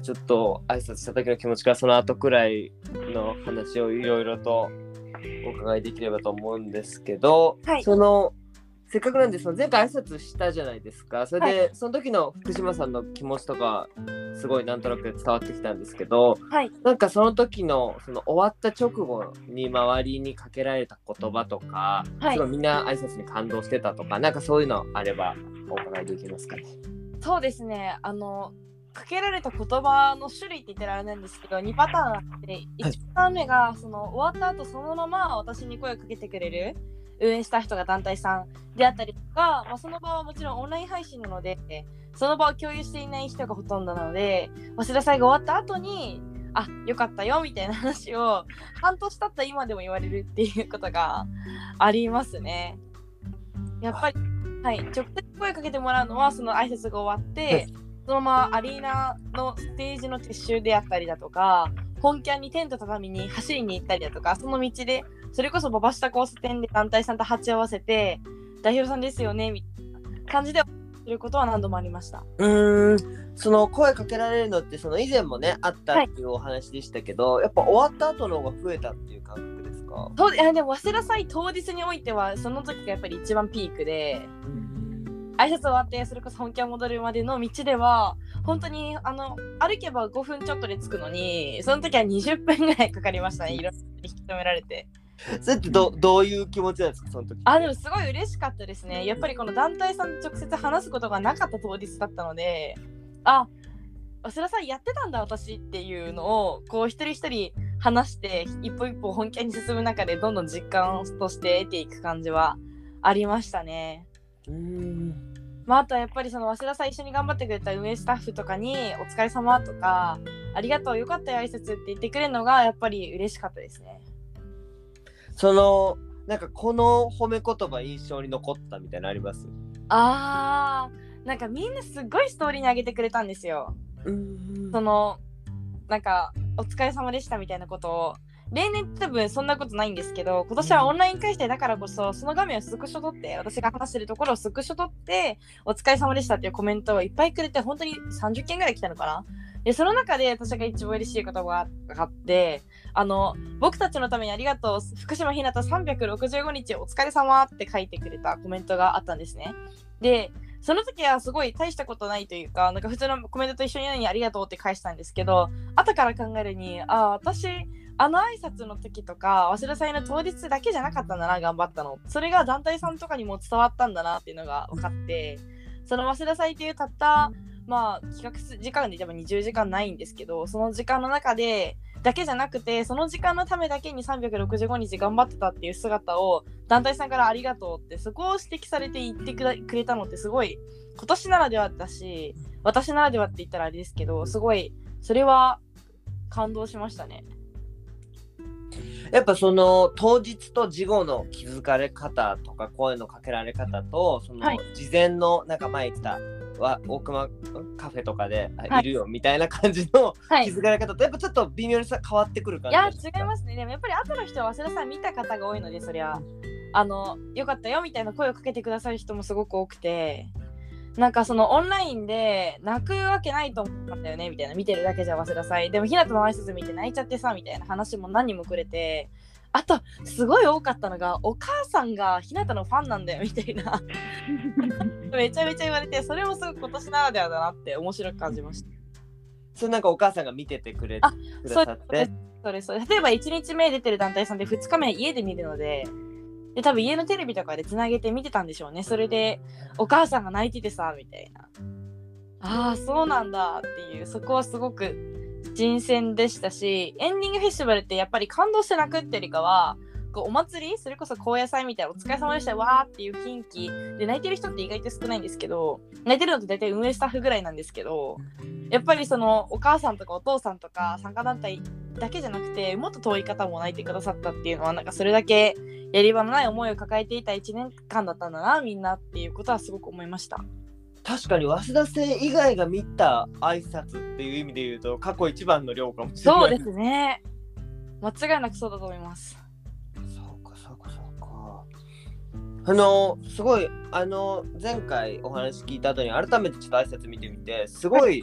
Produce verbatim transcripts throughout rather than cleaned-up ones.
ちょっと挨拶した時の気持ちからその後くらいの話をいろいろとお伺いできればと思うんですけど、 はい、 そのせっかくなんでその前回挨拶したじゃないですか。それで、 はい、 その時の福島さんの気持ちとかすごいなんとなく伝わってきたんですけど、 はい、 なんかその時のその終わった直後に周りにかけられた言葉とか、 はい、 すごいみんな挨拶に感動してたとか、なんかそういうのあればお伺いできますかね。 そうですね。あのかけられた言葉の種類って言ったらあれなんですけど、にパターンあって、いちパターン目がその終わった後そのまま私に声をかけてくれる運営した人が団体さんであったりとか、まあ、その場はもちろんオンライン配信なのでその場を共有していない人がほとんどなので、早稲田祭が終わった後にあ、よかったよみたいな話を半年経った今でも言われるっていうことがありますね。やっぱり、はい、直接声かけてもらうのはその挨拶が終わってそのままアリーナのステージの撤収であったりだとか、本キャンにテント畳みに走りに行ったりだとか、その道でそれこそ馬場下交差点で団体さんと鉢合わせて代表さんですよねみたいな感じですることは何度もありました。 うーん、その声かけられるのってその以前もねあったっていうお話でしたけど、はい、やっぱ終わった後の方が増えたっていう感覚ですか？ そう、いやでも早稲田祭当日においてはその時がやっぱり一番ピークで、挨拶終わってそれこそ本キャン戻るまでの道では本当にあの歩けばごふんちょっとで着くのにその時はにじゅっぷんぐらいかかりましたね。いろいろ引き止められて。 それって ど, どういう気持ちなんですかその時？ あ、でもすごい嬉しかったですね。やっぱりこの団体さんと直接話すことがなかった当日だったので、あ、早稲田さんやってたんだ私っていうのをこう一人一人話して一歩一歩本気に進む中でどんどん実感として得ていく感じはありましたね。 うーん、 まあ、あとはやっぱりその早稲田さん一緒に頑張ってくれた運営スタッフとかにお疲れ様とかありがとうよかったよ挨拶って言ってくれるのがやっぱり嬉しかったですね。 そのなんかこの褒め言葉印象に残ったみたいなのあります？ あー、なんかみんなすっごいストーリーに上げてくれたんですよ。 うーん、 そのなんかお疲れ様でしたみたいなことを例年多分そんなことないんですけど、今年はオンライン開催だからこそその画面をスクショ撮って私が話してるところをスクショ撮ってお疲れ様でしたっていうコメントをいっぱいくれて本当にさんじゅっけんぐらい来たのかな。でその中で私が一番嬉しい言葉があって、あの僕たちのためにありがとう福島ひなたさんびゃくろくじゅうごにちお疲れ様って書いてくれたコメントがあったんですね。でその時はすごい大したことないというか、なんか普通のコメントと一緒に言うのにありがとうって返したんですけど、後から考えるに、あ、私あの挨拶の時とか早稲田祭の当日だけじゃなかったんだな、頑張ったの。それが団体さんとかにも伝わったんだなっていうのが分かって、その早稲田祭っていうたったまあ企画時間で多分にじゅうじかんないんですけど、その時間の中でだけじゃなくてその時間のためだけにさんびゃくろくじゅうごにち頑張ってたっていう姿を団体さんからありがとうってそこを指摘されて言ってくれたのってすごい今年ならではだし、私ならではって言ったらあれですけど、すごいそれは感動しましたね。 やっぱその当日と事後の気づかれ方とか声のかけられ方とその事前のなんか前言ってたは大熊カフェとかで、はい、いるよみたいな感じの気づかれ方とやっぱちょっと微妙にさ変わってくる感じ。 いや違いますね。でもやっぱり後の人は早稲田さん見た方が多いので、そりゃあのよかったよみたいな声をかけてくださる人もすごく多くて、なんかそのオンラインで泣くわけないと思ったんだよねみたいな、見てるだけじゃ早稲田祭でもひなたの挨拶見て泣いちゃってさみたいな話も何人もくれて、あとすごい多かったのがお母さんがひなたのファンなんだよみたいなめちゃめちゃ言われて、それもすごく今年ならではだなって面白く感じました。 それなんかお母さんが見ててくれてくださって、 それそれ例えばいちにちめ出てる団体さんでふつかめ家で見るので、で多分家のテレビとかでつなげて見てたんでしょうね。それでお母さんが泣いててさみたいな、ああそうなんだっていう、そこはすごく新鮮でしたし、エンディングフェスティバルってやっぱり感動して泣くってよりかはこうお祭り、それこそ高野菜みたいなお疲れ様でしたわーっていう雰囲気で泣いてる人って意外と少ないんですけど、泣いてるのって大体運営スタッフぐらいなんですけど、やっぱりそのお母さんとかお父さんとか参加団体だけじゃなくてもっと遠い方も泣いてくださったっていうのは、なんかそれだけやり場のない思いを抱えていたいちねんかんだったんだなみんなっていうことはすごく思いました。 確かに早稲田生以外が見た挨拶っていう意味で言うと過去一番の量かもしれない。 そうですね、間違いなくそうだと思います。 そうかそうかそうか。あのすごいあの前回お話聞いた後に改めてちょっと挨拶見てみて、すごい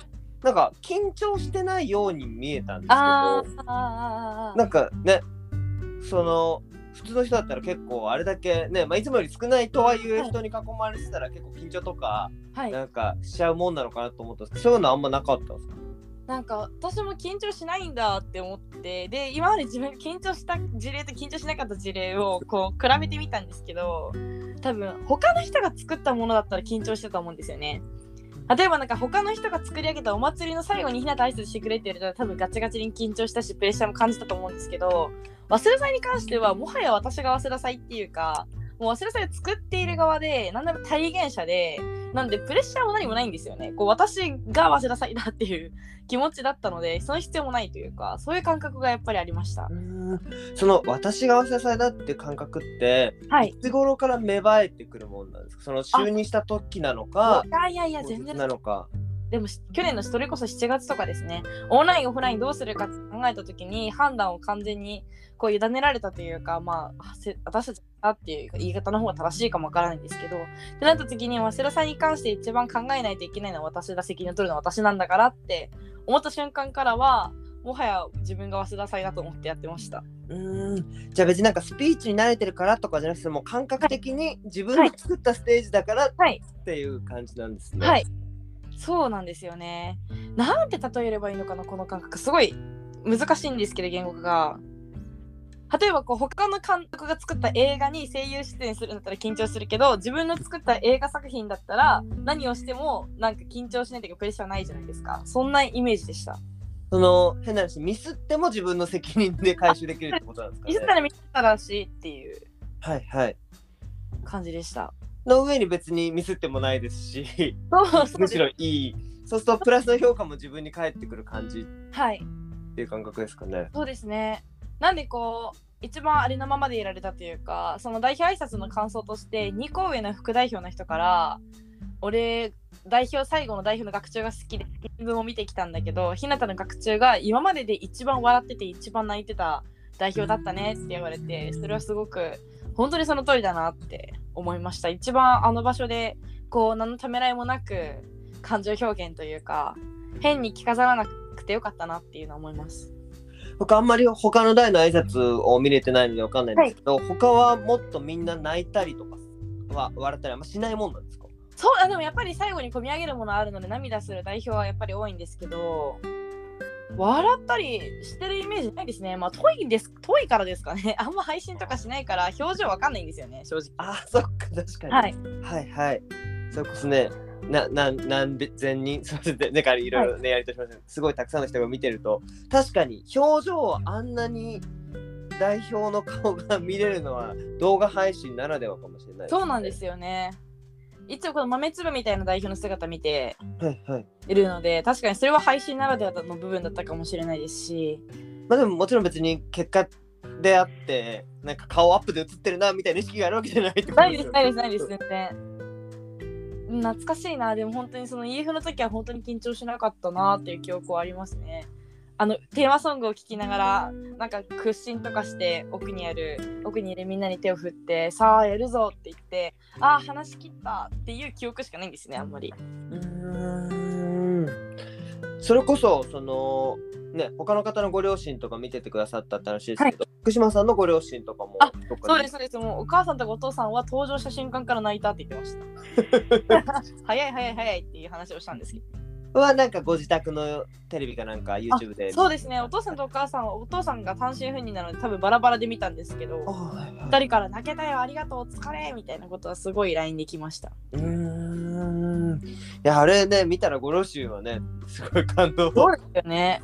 なんか緊張してないように見えたんですけど、 ああなんかね、その普通の人だったら結構あれだけね、まあ、いつもより少ないとはいえ人に囲まれてたら結構緊張とか、はい、なんかしちゃうもんなのかなと思ったんですけど、そういうのあんまなかったんですか？ なんか私も緊張しないんだって思って、で今まで自分緊張した事例と緊張しなかった事例をこう比べてみたんですけど、多分他の人が作ったものだったら緊張してたと思うんですよね。例えばなんか他の人が作り上げたお祭りの最後にひなた挨拶してくれって言われたら多分ガチガチに緊張したしプレッシャーも感じたと思うんですけど、早稲田祭に関してはもはや私が早稲田祭っていうか、もう早稲田祭を作っている側で、なんだろう体現者で、なんでプレッシャーも何もないんですよね。こう私が早稲田祭だっていう気持ちだったので、その必要もないというか、そういう感覚がやっぱりありました。 うーん、その私が早稲田祭だっていう感覚って、はい、いつ頃から芽生えてくるもんなんですか？その就任した時なのか、 いやいやいや全然なのか。でも去年のそれこそしちがつとかですね、オンラインオフラインどうするかって考えた時に判断を完全にこう委ねられたというか、まあ私たちだっていう言い方の方が正しいかもわからないんですけど、ってなった時に早稲田さんに関して一番考えないといけないのは私だ、責任を取るのは私なんだからって思った瞬間からは、もはや自分が早稲田祭だと思ってやってました。 うーん、じゃあ別になんかスピーチに慣れてるからとかじゃなくて、もう感覚的に自分の作ったステージだからっていう感じなんですね。 はい、はい、そうなんですよね。なんて例えればいいのかな、この感覚。すごい難しいんですけど、言語化が。例えばこう他の監督が作った映画に声優出演するんだったら緊張するけど、自分の作った映画作品だったら何をしてもなんか緊張しないというかプレッシャーないじゃないですか。そんなイメージでした。 その変な話、ミスっても自分の責任で回収できるってことなんですかね。 ミスったらミスったらしいっていうはいはい感じでした。 の上に別にミスってもないですし、 そうそうむしろいい。そうするとプラスの評価も自分に返ってくる感じはいっていう感覚ですかね。 そうですね。なんでこう一番ありのままでいられたというか、その代表挨拶の感想としてにこ上の副代表の人から、俺代表最後の代表の学長が好きで新聞を見てきたんだけど、日向の学長が今までで一番笑ってて一番泣いてた代表だったねって言われて、それはすごく本当にその通りだなって思いました。一番あの場所でこう何のためらいもなく感情表現というか変に着飾らなくてよかったなっていうのは思います。 僕あんまり他の代の挨拶を見れてないので分かんないんですけど、はい、他はもっとみんな泣いたりとかは笑ったりあんましないもんなんですか？ そう、あでもやっぱり最後に込み上げるものあるので涙する代表はやっぱり多いんですけど、笑ったりしてるイメージないですね。まあ遠いんです、遠いからですかね。あんま配信とかしないから表情わかんないんですよね、正直。 あ、そっか、確かに。はい、はいはい。それこそね、な、な、何千人、すみません、ね、からいろいろね、やりとしません。すごいたくさんの人が見てると、確かに表情をあんなに代表の顔が見れるのは動画配信ならではかもしれないですね。 そうなんですよね。いつもこの豆粒みたいな代表の姿見ているので、はいはい、確かにそれは配信ならではの部分だったかもしれないですし、 まあでももちろん別に結果であってなんか顔アップで映ってるなみたいな意識があるわけじゃないってことですよね。 ないですないですないです全然。懐かしいな。でも本当にその イーエフ の時は本当に緊張しなかったなっていう記憶はありますね。あのテーマソングを聴きながらなんか屈伸とかして奥にある奥にいるみんなに手を振ってさあやるぞって言ってああ話し切ったっていう記憶しかないんですね、あんまり。 うーん、それこそそのね他の方のご両親とか見ててくださったって話ですけど、はい、福島さんのご両親とかもあそうですそうです。もうお母さんとかお父さんは登場した瞬間から泣いたって言ってました早い早い早いっていう話をしたんですけどはなんかご自宅のテレビかなんか YouTube で。 そうですね、お父さんとお母さんはお父さんが単身赴任なので多分バラバラで見たんですけど、ふたりから泣けたよありがとうお疲れみたいなことはすごい ライン できました。 うーん、いやあれね見たらご両親はねすごい感動。 そうですよね。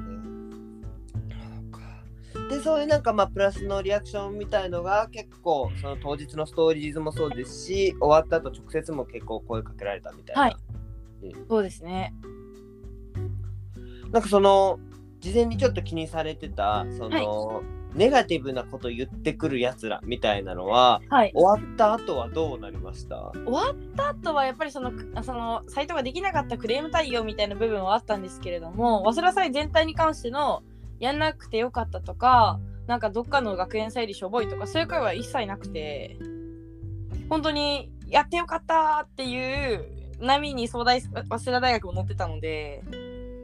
でそういうなんかまあプラスのリアクションみたいのが結構その当日のストーリーズもそうですし終わった後直接も結構声かけられたみたいな。 はい、そうですね。 なんかその事前にちょっと気にされてたその、はい、ネガティブなこと言ってくるやつらみたいなのは、はい、終わった後はどうなりました？ 終わった後はやっぱりそのそのサイトができなかったクレーム対応みたいな部分はあったんですけれども、早稲田祭全体に関してのやんなくてよかったとかなんかどっかの学園祭でしょぼいとかそういう声は一切なくて、本当にやってよかったっていう波に早大早稲田大学も乗ってたので、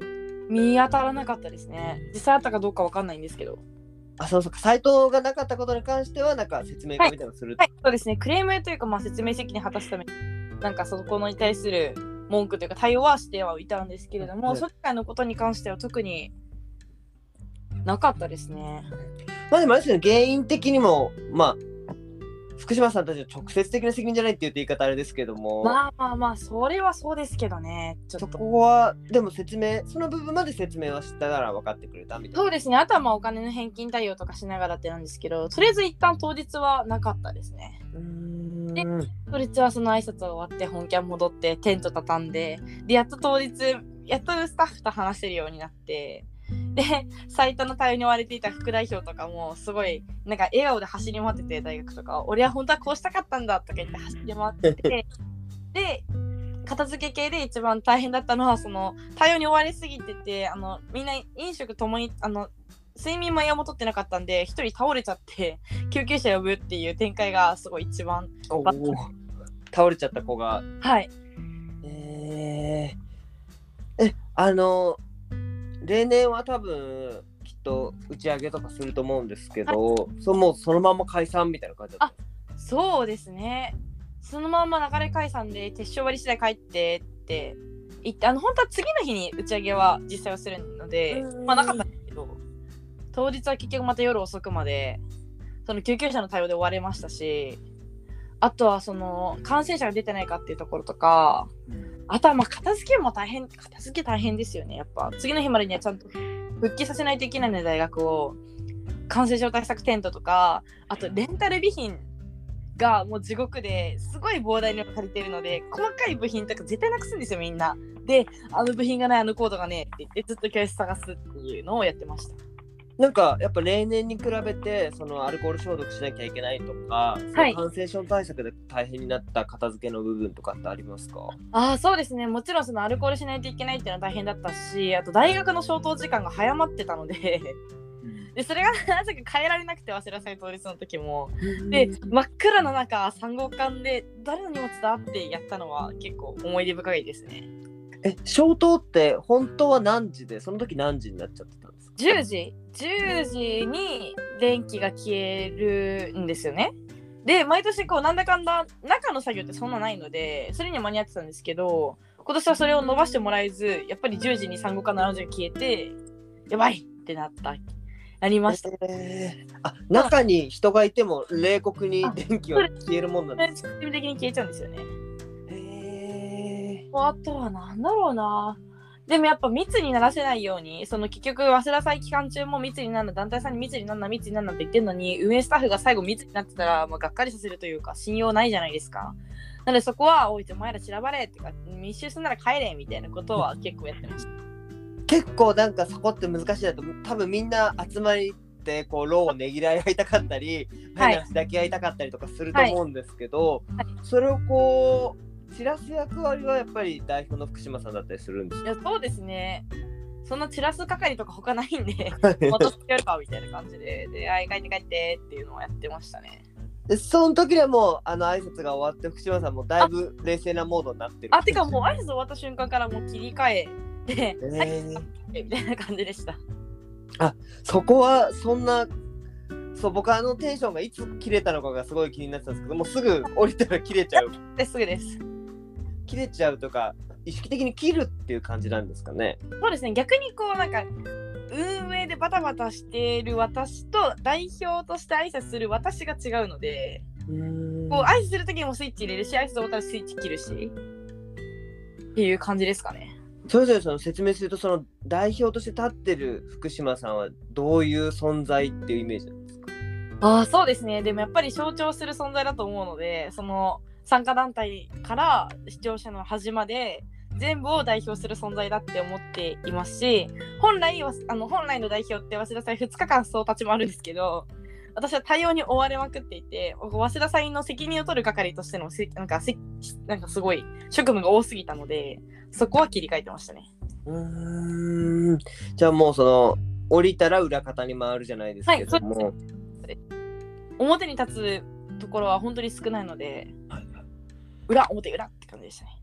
見当たらなかったですね。実際あったかどうかわかんないんですけど。 あ、そうそうか、サイトがなかったことに関しては、なんか説明会みたいなのする、 はい、はい、そうですね。クレームというか、まあ、説明責任果たすために、なんかそこのに対する文句というか対応はしてはいたんですけれども、はい、それ以外のことに関しては特になかったですね。 まあでもあれですね、原因的にも、まあ、福島さんたちの直接的な責任じゃないって言うと言い方あれですけども、 まあまあまあ、それはそうですけどね。 ちょっとそこはでも説明、その部分まで説明はしたら分かってくれたみたいな。 そうですね。あとはまあお金の返金対応とかしながらってなんですけど、とりあえず一旦当日はなかったですね。 うーんで、当日はその挨拶が終わって本キャン戻ってテント畳んで、でやっと当日やっとスタッフと話せるようになって。で、サイトの対応に追われていた副代表とかもすごいなんか笑顔で走り回ってて、大学とか俺は本当はこうしたかったんだとか言って走り回っててで、片付け系で一番大変だったのはその対応に追われすぎてて、あのみんな飲食ともにあの睡眠も栄養も取ってなかったんで、一人倒れちゃって救急車呼ぶっていう展開がすごい一番お倒れちゃった子が、 はいえー、えあの例年は多分きっと打ち上げとかすると思うんですけど、はい、そのもうそのまま解散みたいな感じだった。 あ、そうですね。そのまま流れ解散で撤収終わり次第帰ってって言って、あの本当は次の日に打ち上げは実際はするので、まあなかったんですけど、当日は結局また夜遅くまでその救急車の対応で終われましたし、あとはその感染者が出てないかっていうところとか、あとはまあ片付けも大変、片付け大変ですよね。やっぱ次の日までにはちゃんと復帰させないといけないので、大学を感染症対策テントとか、あとレンタル備品がもう地獄ですごい膨大に借りてるので、細かい部品とか絶対なくすんですよみんな。で、あの部品がない、あのコードがねって言ってずっと教室探すっていうのをやってました。 なんかやっぱ例年に比べてそのアルコール消毒しなきゃいけないとか、はい、感染症対策で大変になった片付けの部分とかってありますか？ あ、そうですね。もちろんそのアルコールしないといけないっていうのは大変だったし、あと大学の消灯時間が早まってたのででそれがなぜか変えられなくて、忘れされ当日の時もで真っ暗な中さん号館で誰の荷物だってやったのは結構思い出深いですね。 え、消灯って本当は何時で、その時何時になっちゃってたんですか？ じゅうじじゅうじに電気が消えるんですよね。で毎年こうなんだかんだ中の作業ってそんなないのでそれには間に合ってたんですけど、今年はそれを伸ばしてもらえず、やっぱりじゅうじにさん号館のラウンジが消えてやばいってなったなりました。 えー、あ、中に人がいても冷酷に電気は消えるもんなんですか？ システム的に消えちゃうんですよね。 へー。 あとはなんだろうな。でもやっぱ密にならせないように、その結局早稲田祭期間中も密になるな、団体さんに密になるな密になるなって言ってるのに、運営スタッフが最後密になってたら、まあ、がっかりさせるというか信用ないじゃないですか。なのでそこはおいてお前ら調ばれってか密集するなら帰れみたいなことは結構やってました。 結構なんかそこって難しいなと、多分みんな集まりってこう労をねぎらい合いたかったり、はい、抱き合いたかったりとかすると思うんですけど、はいはい、それをこう散らす役割はやっぱり代表の福島さんだったりするんですか？ いや、そうですね。そんな散らす係とか他ないんで私やるかみたいな感じで、で、あい帰って帰ってっていうのをやってましたね。 でその時でもあの挨拶が終わって福島さんもだいぶ冷静なモードになってる。 あ、てかもう挨拶終わった瞬間からもう切り替えて、えー、みたいな感じでした。 あ、そこはそんな、そう僕はあのテンションがいつ切れたのかがすごい気になってたんですけど、もうすぐ降りたら切れちゃう。 すぐです。 切れちゃうとか意識的に切るっていう感じなんですかね？ そうですね。逆にこうなんか運営でバタバタしている私と代表として挨拶する私が違うので、うーんこう挨拶する時もスイッチ入れるし、挨拶終わったらスイッチ切るしっていう感じですかね。 それぞれその説明すると、その代表として立ってる福島さんはどういう存在っていうイメージなんですか？ ああ、そうですね。でもやっぱり象徴する存在だと思うので、その参加団体から視聴者の端まで全部を代表する存在だって思っていますし、本来はあの本来の代表って早稲田祭ふつかかん総立ちもあるんですけど、私は対応に追われまくっていて、早稲田祭の責任を取る係としてのなんかなんかすごい職務が多すぎたので、そこは切り替えてましたね。 うーん、じゃあもうその降りたら裏方に回るじゃないですけども、はい、 表に立つところは本当に少ないので、はい、裏表裏って感じでしたね。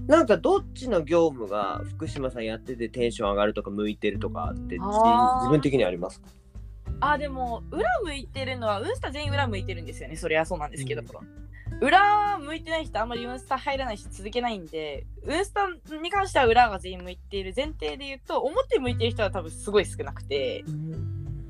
なんかどっちの業務が福島さんやっててテンション上がるとか向いてるとかって自分的にありますか？ あ、でも裏向いてるのはウンスタ全員裏向いてるんですよね。それはそうなんですけど、うん、裏向いてない人あんまりウンスタ入らないし続けないんで、ウンスタに関しては裏が全員向いている前提で言うと、表向いてる人は多分すごい少なくて、うん、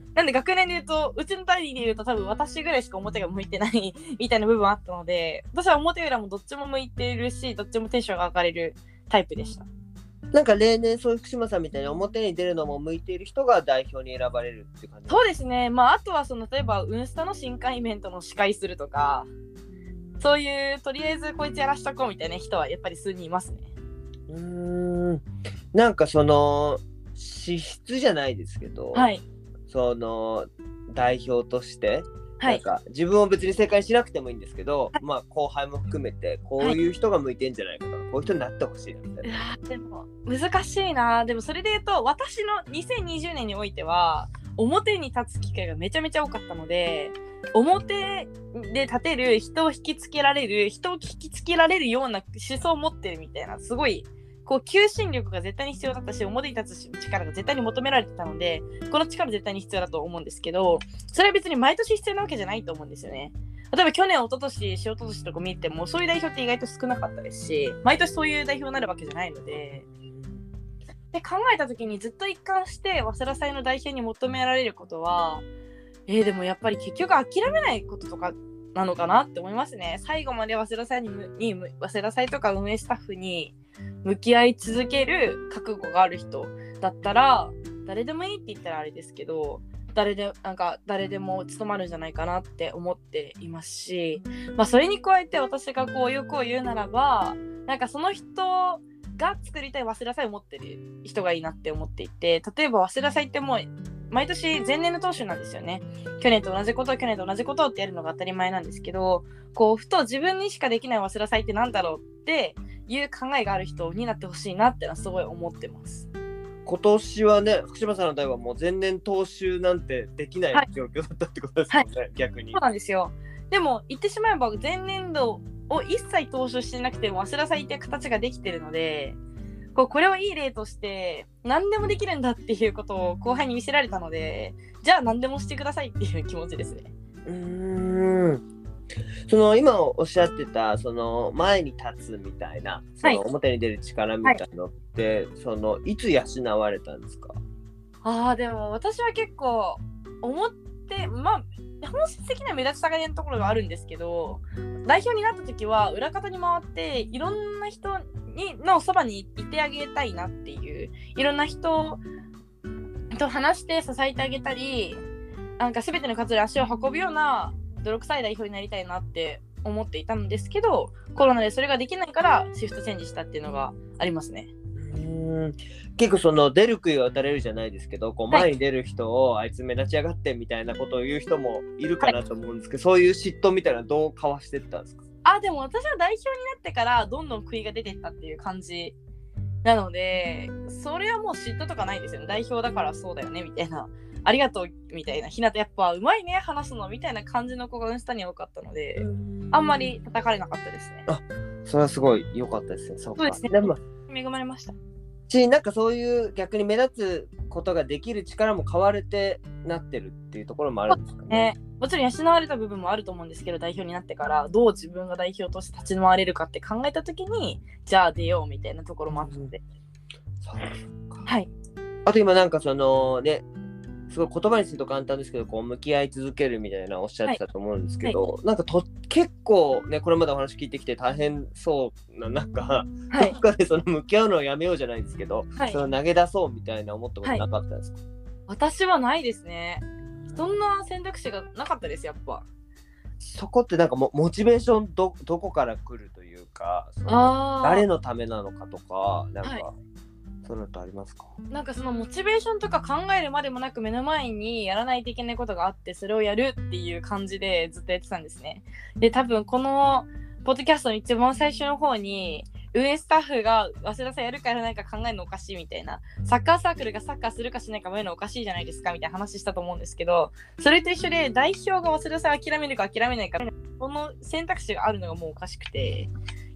なんで学年で言うとうちの代理で言うと多分私ぐらいしか表が向いてないみたいな部分あったので、私は表裏もどっちも向いているし、どっちもテンションが上がれるタイプでした。 なんか例年そういう福島さんみたいに表に出るのも向いている人が代表に選ばれるって感じ？ そうですね。まああとはその例えばウンスタの新刊イベントの司会するとか、そういうとりあえずこいつやらしとこうみたいな人はやっぱり数人いますね。 うーん、なんかその資質じゃないですけど、 はい、その代表としてなんか自分を別に正解しなくてもいいんですけど、はい、まあ後輩も含めてこういう人が向いてんじゃないかとか、はい、こういう人になってほしいなみたいな。 でも難しいな。でもそれで言うと私のにせんにじゅうねんにおいては表に立つ機会がめちゃめちゃ多かったので、表で立てる人を引きつけられる人を引きつけられるような思想を持ってるみたいな、すごいこう求心力が絶対に必要だったし、表に立つ力が絶対に求められてたので、この力絶対に必要だと思うんですけど、それは別に毎年必要なわけじゃないと思うんですよね。例えば去年、一昨年、しおととしとか見てもそういう代表って意外と少なかったですし、毎年そういう代表になるわけじゃないので、で考えた時にずっと一貫して早稲田祭の代表に求められることは、えー、でもやっぱり結局諦めないこととかなのかなって思いますね。最後まで早稲田祭に、に早稲田祭とか運営スタッフに向き合い続ける覚悟がある人だったら、誰でもいいって言ったらあれですけど、誰でなんか誰でも務まるんじゃないかなって思っていますし、まあそれに加えて私がこう欲を言うならば、なんかその人が作りたい早稲田祭を持ってる人がいいなって思っていて、例えば早稲田祭ってもう毎年前年の踏襲なんですよね。去年と同じこと去年と同じことってやるのが当たり前なんですけど、こうふと自分にしかできない早稲田祭ってなんだろうっていう考えがある人になってほしいなってのはすごい思ってます。 今年はね、福島さんの代はもう前年踏襲なんてできない状況だったってことですよね、はい、逆に。 そうなんですよ。でも言ってしまえば前年度を一切踏襲してなくても早稲田祭っていう形ができてるので、こうこれをいい例として何でもできるんだっていうことを後輩に見せられたので、じゃあ何でもしてくださいっていう気持ちですね。 うーん、その今おっしゃってたその前に立つみたいな、その表に出る力みたいなのって、はい、そのいつ養われたんですか？ あーでも私は結構思ってまあ本質的な目立ちたがりのところがあるんですけど、代表になった時は裏方に回っていろんな人にのそばにいてあげたいなっていう、いろんな人と話して支えてあげたり、なんか全ての活動に足を運ぶような泥臭い代表になりたいなって思っていたんですけど、コロナでそれができないからシフトチェンジしたっていうのがありますね。 うーん、結構その出る杭を打たれるじゃないですけど、こう前に出る人を、はい、あいつ目立ちやがってみたいなことを言う人もいるかなと思うんですけど、はい、そういう嫉妬みたいなのどうかわしてったんですか？ あ、でも私は代表になってからどんどん杭が出てったっていう感じなので、それはもう嫉妬とかないですよね。代表だからそうだよねみたいな、ありがとうみたいな、ひなたやっぱうまいね話すのみたいな感じの子がインスタに多かったので、あんまり叩かれなかったですね。 あ、それはすごい良かったですね。そうか。 そうですね。 でも恵まれましたし、なんかそういう逆に目立つことができる力も買われてなってるっていうところもあるんですかね。 ね、もちろん養われた部分もあると思うんですけど、代表になってからどう自分が代表として立ち回れるかって考えたときに、じゃあ出ようみたいなところもあったので、 うん、そうか。 はい。 あと今なんかそのね、すごい言葉にすると簡単ですけど、こう向き合い続けるみたいなおっしゃってたと思うんですけど、はいはい、なんかと結構ね、これまでお話聞いてきて大変そうな、なんか、はい、どっかでその向き合うのをやめようじゃないですけど、はい、その投げ出そうみたいな思ったことなかったですか？はい、 私はないですね。そんな選択肢がなかったです、やっぱ。 そこってなんかもモチベーション ど, どこから来るというか、その誰のためなのかとか、なんか、はい、そういうのってありますか？ なんかそのモチベーションとか考えるまでもなく、目の前にやらないといけないことがあって、それをやるっていう感じでずっとやってたんですね。で、多分このポッドキャストの一番最初の方に、運営スタッフが早稲田さんやるかやらないか考えるのおかしいみたいな、サッカーサークルがサッカーするかしないかも言うのおかしいじゃないですかみたいな話したと思うんですけど、それと一緒で代表が早稲田さん諦めるか諦めないか、この選択肢があるのがもうおかしくて、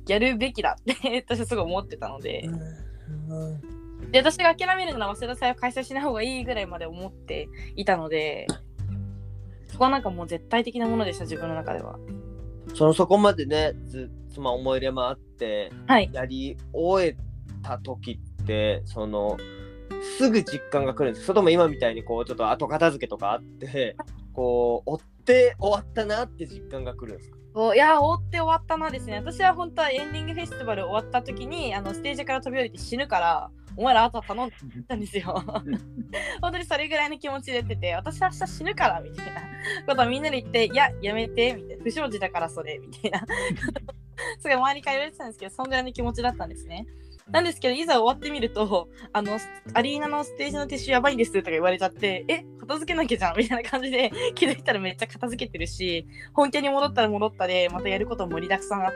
やるべきだって私はすごい思ってたので、 うん、 で私が諦めるなら早稲田祭を開催しない方がいいぐらいまで思っていたので、そこはなんかもう絶対的なものでした自分の中では。 そのそこまでねず、まあ、思い入れもあって、 はい、 やり終えた時ってそのすぐ実感が来るんです。それとも今みたいにこうちょっと後片付けとかあってこう追って終わったなって実感が来るんですか？ いや追って終わったなですね。私は本当はエンディングフェスティバル終わった時にあのステージから飛び降りて死ぬからお前らあとは頼んでたんですよ本当にそれぐらいの気持ちで言ってて、私は明日死ぬからみたいなことをみんなで言って、いややめてみたいな、不祥事だからそれみたいなすごい周りから言われてたんですけど、そんぐらいの気持ちだったんですね。なんですけどいざ終わってみるとあのアリーナのステージの撤収やばいんですとか言われちゃって、え片付けなきゃじゃんみたいな感じで気づいたらめっちゃ片付けてるし、本家に戻ったら戻ったでまたやることも盛りだくさんあって、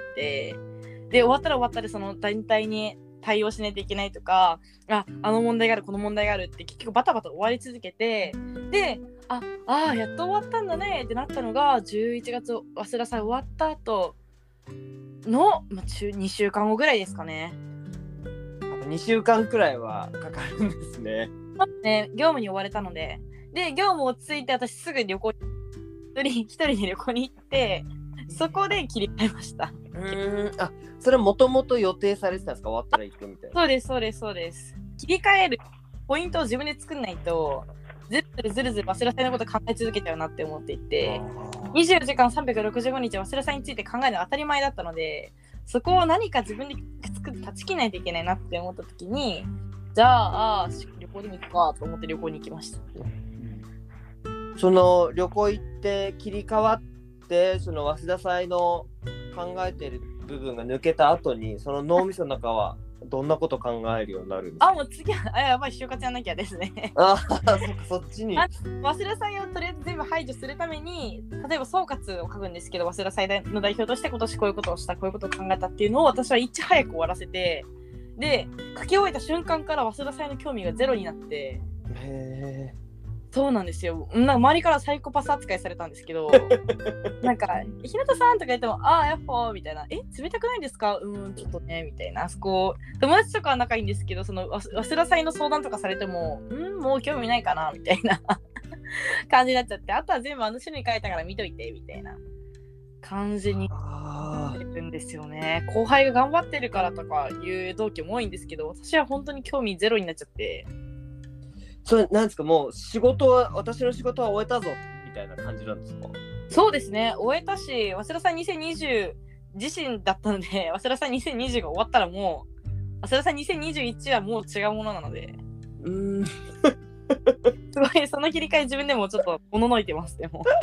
で終わったら終わったでその団体に対応しないといけないとか、ああの問題があるこの問題があるって結局バタバタ終わり続けて、でああやっと終わったんだねってなったのがじゅういちがつ早稲田祭終わった後の、まあ、にしゅうかんごぐらいですかね。 にしゅうかんくらいはかかるんですね。 ね、業務に追われたので、で業務落ち着いて私すぐ旅行一人一人で旅行に行って、そこで切り替えました。 うーん、あ、それはもともと予定されてたんですか？終わったら行くみたいな。 そうですそうですそうです。切り替えるポイントを自分で作んないとずるずるずるずる早稲田祭のこと考え続けちゃうなって思っていて、にじゅうよじかんさんびゃくろくじゅうごにち早稲田祭について考えるのが当たり前だったので、そこを何か自分で作って断ち切らないといけないなって思った時に、じゃあ旅行でも行くかと思って旅行に行きました。 その旅行行って切り替わってその早稲田祭の考えてる部分が抜けた後にその脳みその中はどんなこと考えるようになるんですか？ あ、もう次はあやばい就活やんなきゃですねあそっか、そっちに早稲田祭をとりあえず全部排除するために、例えば総括を書くんですけど、早稲田祭の代表として今年こういうことをしたこういうことを考えたっていうのを私はいち早く終わらせて、で書き終えた瞬間から早稲田祭の興味がゼロになって、 へー、 そうなんですよ。なんか周りからサイコパス扱いされたんですけどなんか日向さんとか言ってもああやっほーみたいな、え冷たくないですか、うーんちょっとねみたいな、あそこ友達とかは仲いいんですけど、その早稲田祭の相談とかされてもうんもう興味ないかなみたいな感じになっちゃって、あとは全部あの種類書いたから見といてみたいな感じになってるんですよね。後輩が頑張ってるからとかいう同期も多いんですけど、私は本当に興味ゼロになっちゃって。 それなんですか、もう仕事は私の仕事は終えたぞみたいな感じなんですか？ そうですね、終えたし、早稲田祭にせんにじゅう自身だったので、早稲田祭にせんにじゅうが終わったらもう早稲田祭にせんにじゅういちはもう違うものなので、 うーんすごいその切り替え自分でもちょっとおののいてます。でも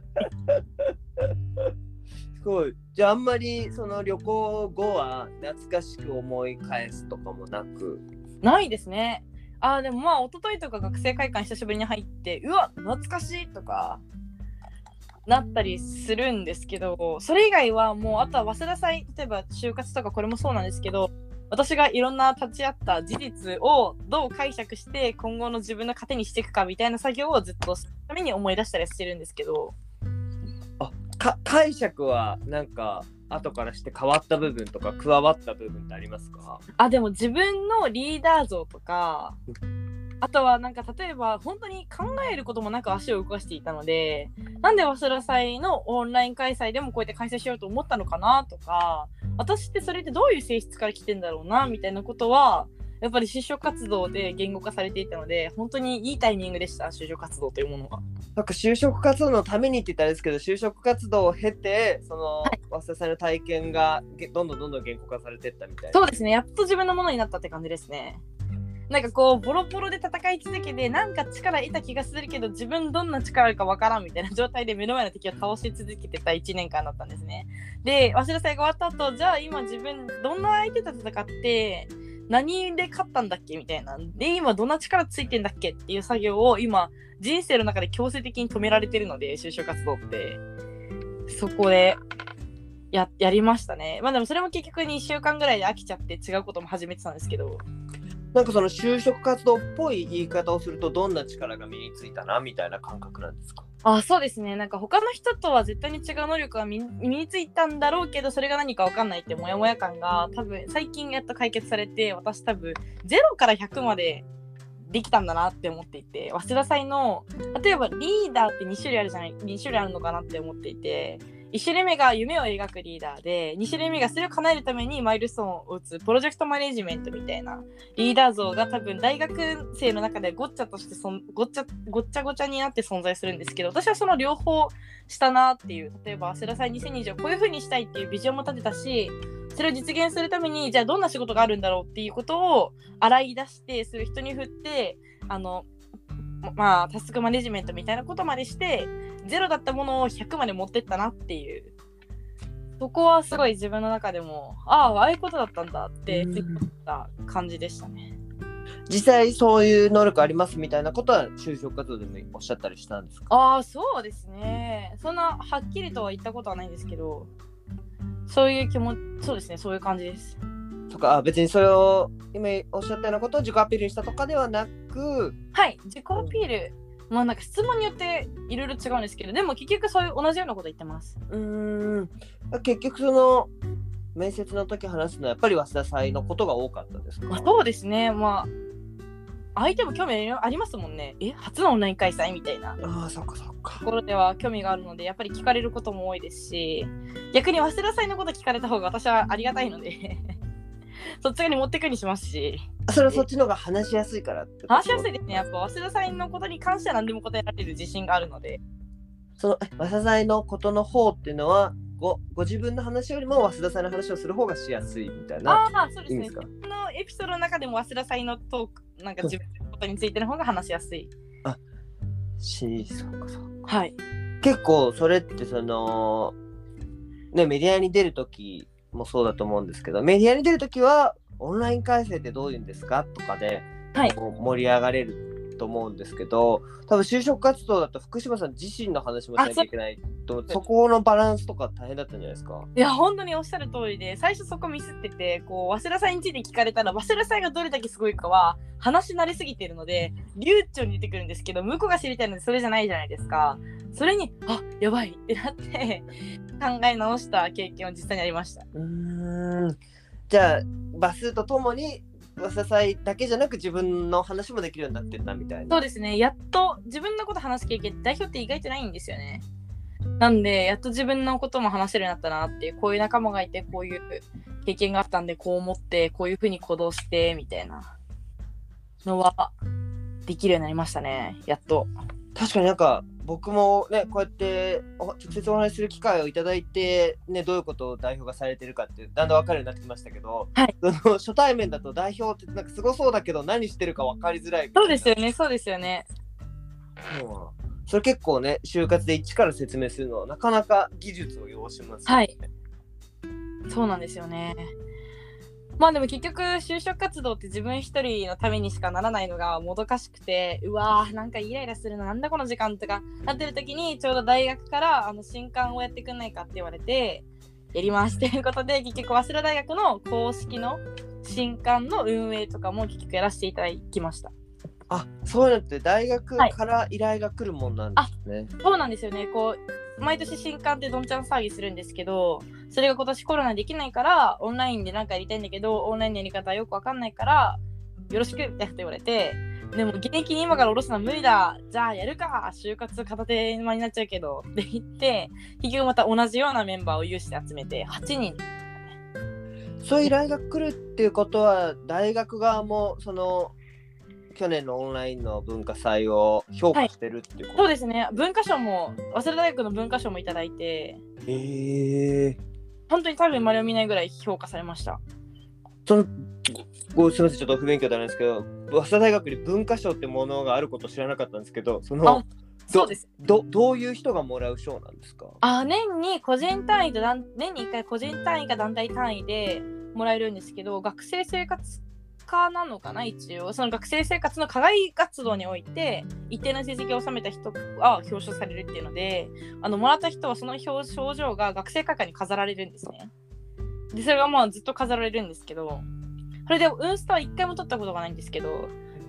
すごい。じゃああんまりその旅行後は懐かしく思い返すとかもなく？ ないですね。あでもまあ一昨日とか学生会館久しぶりに入ってうわ懐かしいとかなったりするんですけど、それ以外はもうあとは早稲田祭、例えば就活とかこれもそうなんですけど、私がいろんな立ち会った事実をどう解釈して今後の自分の糧にしていくかみたいな作業をずっとするために思い出したりしてるんですけど、 あか解釈はなんか後からして変わった部分とか加わった部分ってありますか？ あでも自分のリーダー像とか、あとはなんか例えば本当に考えることもなく足を動かしていたので、なんで早稲田祭のオンライン開催でもこうやって開催しようと思ったのかなとか、私ってそれってどういう性質から来てんだろうなみたいなことはやっぱり就職活動で言語化されていたので、本当にいいタイミングでした。就職活動というものはなんか就職活動のためにって言ったらあれですけど、就職活動を経てその、はい、早稲田祭の体験がどんどんどんどん言語化されていったみたいな。 そうですね、やっと自分のものになったって感じですね。なんかこうボロボロで戦い続けてなんか力得た気がするけど自分どんな力あるかわからんみたいな状態で目の前の敵を倒し続けてたいちねんかんだったんですね。で早稲田祭が終わった後、じゃあ今自分どんな相手と戦って何で勝ったんだっけみたいな、で今どんな力ついてんだっけっていう作業を今人生の中で強制的に止められてるので、就職活動ってそこで や, やりましたね。まあでもそれも結局にしゅうかんぐらいで飽きちゃって違うことも始めてたんですけど、 なんかその就職活動っぽい言い方をするとどんな力が身についたなみたいな感覚なんですか？ あ、そうですね。なんか他の人とは絶対に違う能力が身身についたんだろうけど、それが何か分かんないってモヤモヤ感が多分最近やっと解決されて、私多分ゼロからひゃくまでできたんだなって思っていて、早稲田祭の例えばリーダーってに種類あるじゃない、に種類あるのかなって思っていて、いち種類目が夢を描くリーダーで、に種類目がそれを叶えるためにマイルストーンを打つプロジェクトマネジメントみたいなリーダー像が多分大学生の中でごっちゃとしてそんごっちゃごっちゃごちゃになって存在するんですけど、私はその両方したなっていう。例えば早稲田祭にせんにじゅうこういう風にしたいっていうビジョンも立てたし、それを実現するためにじゃあどんな仕事があるんだろうっていうことを洗い出して、それを人に振って、あのまあタスクマネジメントみたいなことまでしてゼロだったものをひゃくまで持ってったなっていう、そこはすごい自分の中でもああああいうことだったんだって思った感じでしたね。 実際そういう能力ありますみたいなことは就職活動でもおっしゃったりしたんですか？ ああ、そうですね。そんなはっきりとは言ったことはないんですけど、そういう気持ち、そうですね、そういう感じです。 とか、あ、別にそれを今おっしゃったようなことを自己アピールにしたとかではなく、 はい、自己アピール、まあなんか質問によっていろいろ違うんですけど、でも結局そういう同じようなこと言ってます。 うーん、結局その面接の時話すのはやっぱり早稲田祭のことが多かったですか？ まあ、そうですね。まあ相手も興味ありますもんね。え、初のオンライン開催みたいなああ、そっかそっか。 ところでは興味があるので、やっぱり聞かれることも多いですし、逆に早稲田祭のこと聞かれた方が私はありがたいのでそっち側に持ってくにしますし。 それはそっちの方が話しやすいからってこと？ 話しやすいですね。やっぱ早稲田祭のことに関しては何でも答えられる自信があるので。 その早稲田祭のことの方っていうのはご, ご自分の話よりも早稲田祭の話をする方がしやすいみたいな。 ああ、そうですね。 いいんですか？ 自分のエピソードの中でも早稲田祭のトーク、なんか自分のことについての方が話しやすい。 あ、し、そうかそうか。 はい。 結構それってそのね、メディアに出るときもそうだと思うんですけど、メディアに出るときはオンライン開催ってどういうんですかとかで、 はい、 盛り上がれると思うんですけど、多分就職活動だと福島さん自身の話もしなきゃいけないと、そ, そこのバランスとか大変だったんじゃないですか？ いや本当におっしゃる通りで、最初そこミスってて、こう早稲田祭について聞かれたら、早稲田祭がどれだけすごいかは話になりすぎているので流暢に出てくるんですけど、向こうが知りたいのでそれじゃないじゃないですか。それにあやばいってなって考え直した経験は実際にありました。 うーん、じゃあバスとともに早稲田祭だけじゃなく自分の話もできるようになってったみたいな。 そうですね。やっと自分のこと話す経験って代表って意外とないんですよね。なんでやっと自分のことも話せるようになったなっていう、こういう仲間がいてこういう経験があったんでこう思ってこういう風に行動してみたいなのはできるようになりましたね、やっと。 確かになんか僕もね、こうやって直接お話しする機会をいただいて、ね、どういうことを代表がされてるかってだんだん分かるようになってきましたけど、 はい、 その初対面だと代表ってなんかすごそうだけど何してるか分かりづらいみたいな。 そうですよね、そうですよね。 うん、それ結構ね、就活で一から説明するのはなかなか技術を要しますよね。 はい、そうなんですよね。まあでも結局就職活動って自分一人のためにしかならないのがもどかしくて、うわーなんかイライラするな、なんだこの時間とかなってる時に、ちょうど大学からあの新刊をやってくんないかって言われてやりますということで、結局早稲田大学の公式の新刊の運営とかも結局やらせていただきました。 あ、そういうのって大学から依頼が来るもんなんですね。 あ、そうなんですよね。こう毎年新刊ってどんちゃん騒ぎするんですけど、それが今年コロナできないからオンラインでなんかやりたいんだけど、オンラインのやり方はよくわかんないからよろしくって言われて、でも現役に今から下ろすのは無理だ、じゃあやるか、就活片手間になっちゃうけどって言って、結局また同じようなメンバーを有志で集めてはちにん。 そういう依頼が来るっていうことは、大学側もその去年のオンラインの文化祭を評価してるっていうこと、 はい、そうですね。文化賞も早稲田大学の文化賞もいただいて、 へえ、 本当に多分まれを見ないぐらい評価されました。 そのごすみません、ちょっと不勉強であるんですけど、早稲田大学に文化賞ってものがあること知らなかったんですけど、そのそうです。 ど, どういう人がもらう賞なんですか？ あ、年に個人単位と年にいっかい個人単位か団体単位でもらえるんですけど、学生生活科なのかな、一応その学生生活の課外活動において一定の成績を収めた人は表彰されるっていうので、あのもらった人はその表彰状が学生会館に飾られるんですね。でそれがまあずっと飾られるんですけど、それでウンスタはいっかいも取ったことがないんですけど、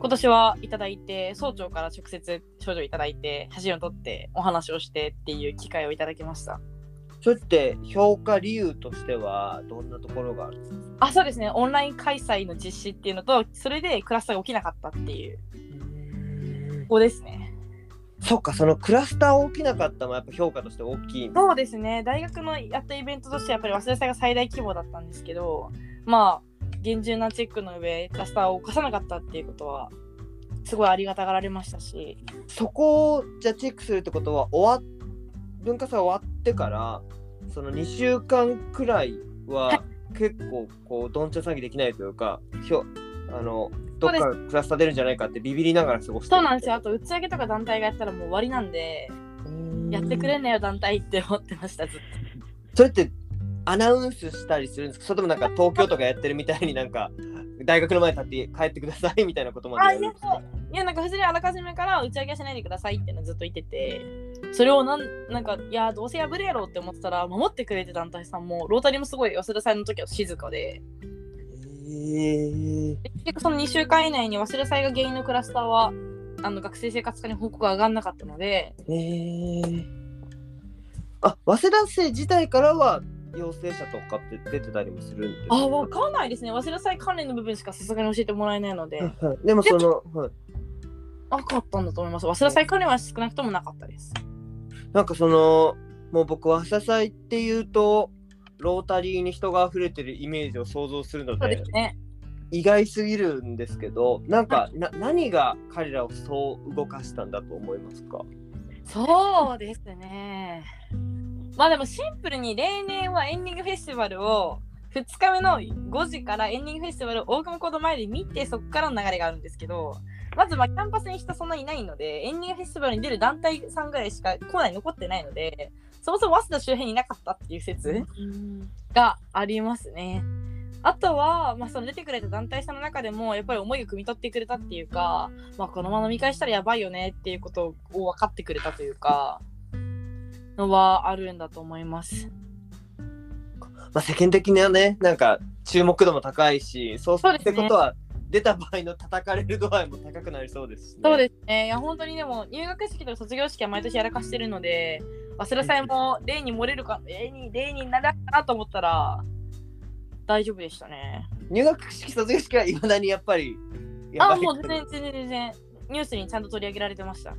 今年はいただいて、総長から直接賞状いただいて、写真を撮ってお話をしてっていう機会をいただきました。 それって評価理由としてはどんなところがあるんですか？ あ、そうですね。オンライン開催の実施っていうのと、それでクラスターが起きなかったっていう。ここですね。 そっか、そのクラスター起きなかったのはやっぱ評価として大きいんです。 そうですね。大学のやったイベントとしてやっぱり忘れ祭が最大規模だったんですけど、まあ厳重なチェックの上クラスターを起こさなかったっていうことはすごいありがたがられましたし、 そこをじゃあチェックするってことは終わ文化祭終わってからそのにしゅうかんくらいは結構こうどんちゃん騒ぎできないというか、ひょあのどっかクラスター出るんじゃないかってビビりながら過ごしてる。 そうなんですよ。あと打ち上げとか団体がやったらもう終わりなんで、やってくれんなよ団体って思ってましたずっと。 それってアナウンスしたりするんですか？それともなんか東京とかやってるみたいになんか大学の前に立って帰ってくださいみたいなことまでやるんですか？ あ、いや、なんか普通にあらかじめから打ち上げしないでくださいってのずっと言ってて、それをなんなんかいやどうせ破るやろって思ってたら守ってくれて団体さんもロータリーもすごい早稲田祭の時は静かで、 えー、 結局そのにしゅうかん以内に早稲田祭が原因のクラスターはあの学生生活科に報告が上がんなかったので、 えー、あ、早稲田生自体からは陽性者とかって出てたりもするんですか？ あ、わかんないですね。早稲田祭関連の部分しかさすがに教えてもらえないので。 でもその、はい、 なかったんだと思います。早稲田祭関連は少なくともなかったです。 なんかそのもう僕早稲田祭っていうとロータリーに人が溢れてるイメージを想像するので、 そうですね、 意外すぎるんですけど、なんか、 はな何が彼らをそう動かしたんだと思いますか？ そうですね。まあでもシンプルに例年はエンディングフェスティバルをふつかめのごじからエンディングフェスティバルを大久保コード前で見て、そこからの流れがあるんですけど、まずまあキャンパスに人そんなにいないので、エンディングフェスティバルに出る団体さんぐらいしか校内に残ってないので、そもそも早稲田周辺にいなかったっていう説がありますね。あとは、まあ、その出てくれた団体さんの中でもやっぱり思いを汲み取ってくれたっていうか、まあ、このまま飲み会したらやばいよねっていうことを分かってくれたというかのはあるんだと思います。 まあ、世間的にはね、なんか注目度も高いし、そうするってことは、出た場合の叩かれる度合いも高くなりそうですしね。 そうですね。いや本当にでも入学式とか卒業式は毎年やらかしてるので、早稲田祭も例に漏れるか例に例になるかなと思ったら大丈夫でしたね。 入学式卒業式はいまだにやっぱりやばい。 あ、もう全然全然全然ニュースにちゃんと取り上げられてました。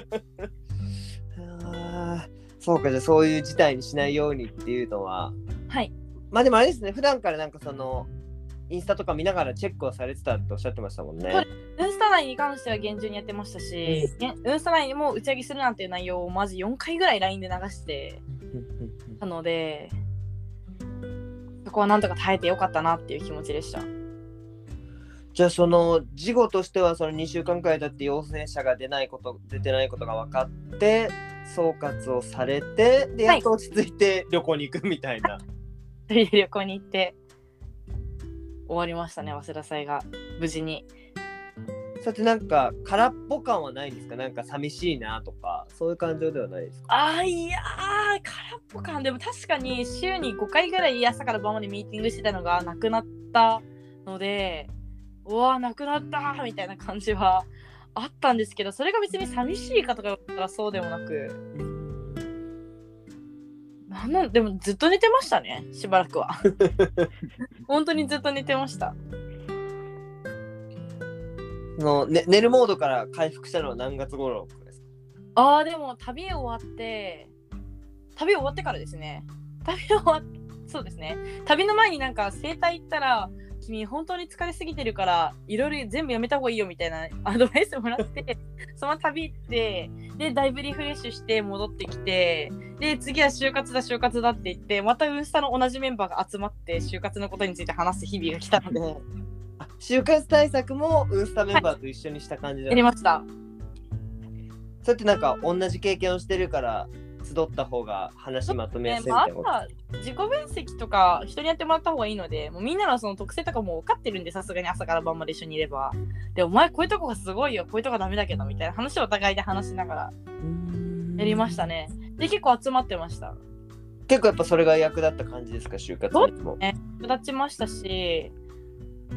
あ、そうか、じゃあそういう事態にしないようにっていうのは、 はい。 まあでもあれですね、普段からなんかそのインスタとか見ながらチェックをされてたっておっしゃってましたもんね。 インスタ内に関しては厳重にやってましたし、インスタ内にも打ち上げするなんていう内容をマジよんかいぐらい ライン で流してたので、そこはなんとか耐えてよかったなっていう気持ちでした。 じゃあその事後としてはそのにしゅうかんくらい経って陽性者が出ないこと出てないことが分かって総括をされて、でやっと落ち着いて旅行に行くみたいな、 はい、旅行に行って終わりましたね、早稲田祭が無事に。 さてなんか空っぽ感はないんですか？なんか寂しいなとかそういう感情ではないですか？ あ、いやー、空っぽ感でも確かに週にごかいぐらい朝から晩までミーティングしてたのがなくなったので、うわーなくなったみたいな感じはあったんですけど、それが別に寂しいかとかだったらそうでもなく、なんなんでもずっと寝てましたね、しばらくは。本当にずっと寝てました。 の、ね、寝るモードから回復したのは何月頃ですか？ あーでも旅終わって旅終わってからですね。旅終わっそうですね。旅の前になんか整体行ったら、君本当に疲れすぎてるからいろいろ全部やめた方がいいよみたいなアドバイスもらってその旅行って、でだいぶリフレッシュして戻ってきて、で次は就活だ就活だって言って、またウンスタの同じメンバーが集まって就活のことについて話す日々が来たので、 あ、就活対策もウンスタメンバーと一緒にした感じで、はい、 やりました。 そうやってなんか同じ経験をしてるから集った方が話まとめやすいみたいなこと、ね、まあ、 自己分析とか人にやってもらった方がいいので、もうみんなのその特性とかも分かってるんで、さすがに朝から晩まで一緒にいれば、でお前こういうとこがすごいよ、こういうとこダメだけどみたいな話をお互いで話しながらやりましたね。で結構集まってました。 結構やっぱそれが役立った感じですか？就活にも、 ね、役立ちましたし、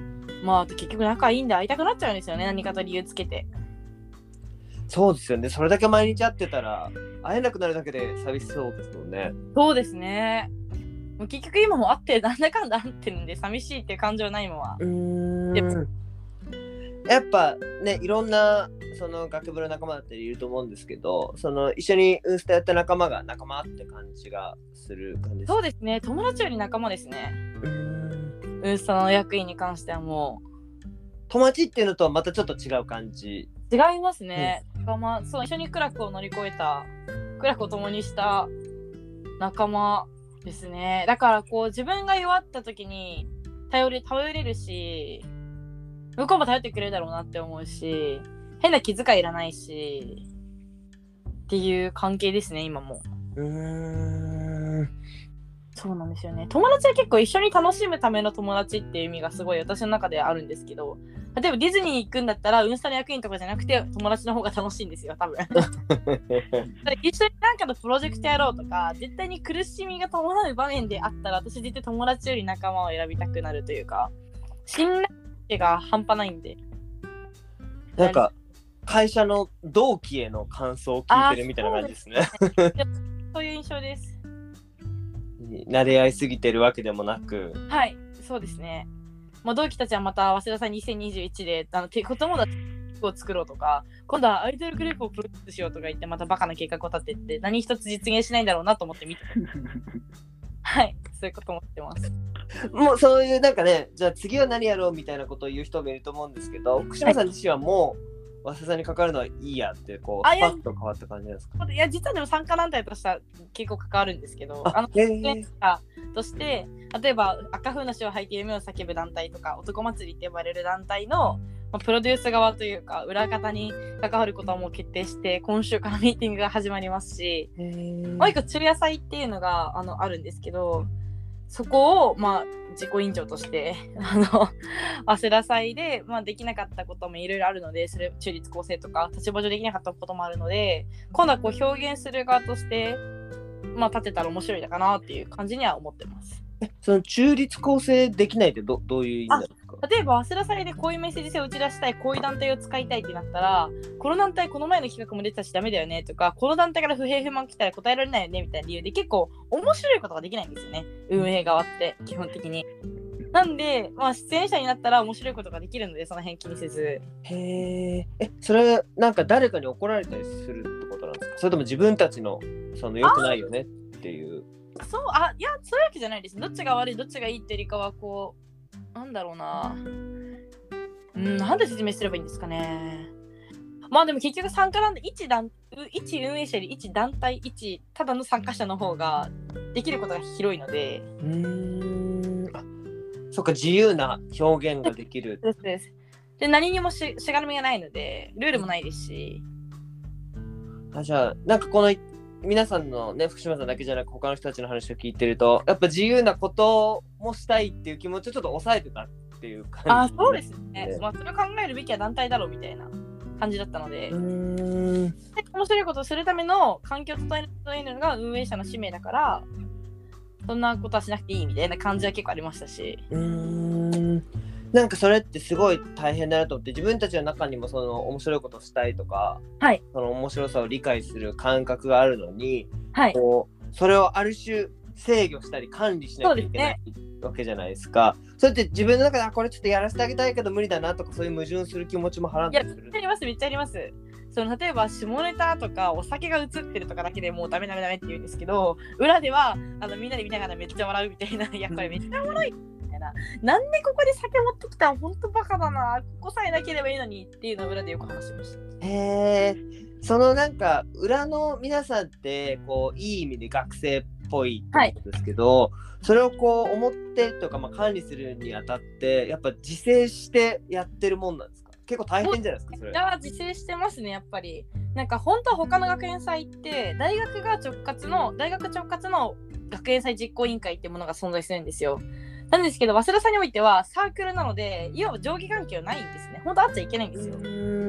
まあ結局仲いいんで会いたくなっちゃうんですよね、何かと理由つけて。 そうですよね。それだけ毎日会ってたら会えなくなるだけで寂しそうですもんね。 そうですね。もう結局今も会ってなんだかんだ会ってるんで寂しいっていう感情はないまま。 うーん。やっぱね、いろんなその学部の仲間だったりいると思うんですけど、その一緒にウンスタやった仲間が仲間って感じがする感じですか？ そうですね、友達より仲間ですね。 うーん。 ウンスタの役員に関してはもう友達っていうのとはまたちょっと違う感じ。 違いますね。仲間、そう、一緒に苦楽を乗り越えた、苦楽を共にした仲間ですね。だからこう自分が弱った時に頼れ頼れるし、向こうも頼ってくれるだろうなって思うし、変な気遣いいらないしっていう関係ですね、今も。 うーん。 そうなんですよね。友達は結構一緒に楽しむための友達っていう意味がすごい私の中であるんですけど、例えばディズニー行くんだったらウンスタの役員とかじゃなくて友達の方が楽しいんですよ、多分。一緒になんかのプロジェクトやろうとか、絶対に苦しみが伴う場面であったら私絶対友達より仲間を選びたくなるというか、信頼が半端ないんで。 なんか会社の同期への感想を聞いてるみたいな感じですね。 そういう印象です。 慣れ合いすぎてるわけでもなく。 はい、そうですね。まあ、同期たちはまた早稲田さんにせんにじゅういちであのて子供たちを作ろうとか、今度はアイドルグループをプロデュースしようとか言ってまたバカな計画を立てて何一つ実現しないんだろうなと思って見てはい、そういうこと思ってます。 もうそういうなんかね、じゃあ次は何やろうみたいなことを言う人もいると思うんですけど、福島さん自身はもう早稲田さんにかかるのはいいやってこうスパッと変わった感じなんですか？ いや実はでも参加団体としては結構関わるんですけど、あのえー、 として例えば赤風な詩を履いて夢を叫ぶ団体とか男祭りって呼ばれる団体の、まあ、プロデュース側というか裏方に関わることはもう決定して今週からミーティングが始まりますし、 えー、 もう一個昼夜祭っていうのがあのあるんですけど、そこをまあ自己委員長としてあの早稲田祭で、まあ、できなかったこともいろいろあるので、それ中立構成とか立場上できなかったこともあるので、今度はこう表現する側としてまあ立てたら面白いのかなっていう感じには思ってます。 その中立構成できないって ど, どういう意味なんですか？ 例えば早稲田祭でこういうメッセージ性を打ち出したい、こういう団体を使いたいってなったら、この団体この前の企画も出てたしダメだよねとか、この団体から不平不満来たら答えられないよねみたいな理由で結構面白いことができないんですよね、運営側って基本的に。なんで、まあ、出演者になったら面白いことができるので、その辺気にせず。 へえ。え、それなんか誰かに怒られたりするってことなんですか？それとも自分たちのその良くないよねっていう。 そう、あ、いや、そういうわけじゃないです。どっちが悪い、どっちがいいっていうよりかは、こう、なんだろうな。うん、なんで説明すればいいんですかね。まあでも結局参加団体、一団、一運営者より一団体、一ただの参加者の方ができることが広いので。 うーん。あ、そっか、自由な表現ができる。 ですです。で、何にもししがらみがないので、ルールもないですし。 あ、じゃあ、なんかこの皆さんのね、福島さんだけじゃなく他の人たちの話を聞いてると、やっぱ自由なこともしたいっていう気持ちをちょっと抑えてたっていう感じ、ね。 あ、そうですね。まあ、それを考えるべきは団体だろうみたいな感じだったので、 うーん、 面白いことをするための環境を整えるのが運営者の使命だから、そんなことはしなくていいみたいな感じは結構ありましたし。 うーん、なんかそれってすごい大変だなと思って、自分たちの中にもその面白いことをしたいとか、 はい、その面白さを理解する感覚があるのに、 はい、 こうそれをある種制御したり管理しなきゃいけないわけじゃないですか。それって自分の中であこれちょっとやらせてあげたいけど無理だなとか、そういう矛盾する気持ちもはらんだりする。 いや、めっちゃあります、めっちゃあります。その例えば下ネタとかお酒が映ってるとかだけでもうダメダメダメって言うんですけど、裏ではあのみんなで見ながらめっちゃ笑うみたいな、いやこれめっちゃおもろいみたいな、なんでここで酒持ってきたん、ほんとバカだな、ここさえなければいいのにっていうのを裏でよく話しました。 へー、そのなんか裏の皆さんってこういい意味で学生っぽいってことですけど、はい、それをこう思ってとか、まあ、管理するにあたってやっぱ自制してやってるもんなんですか？結構大変じゃないですかそれ。 いや、自制してますね、やっぱり。なんか本当は他の学園祭って大学が直轄の大学直轄の学園祭実行委員会っていうものが存在するんですよ。なんですけど早稲田さんにおいてはサークルなので、いわば上下関係はないんですね。本当はあっちゃいけないんですよ。 うーん、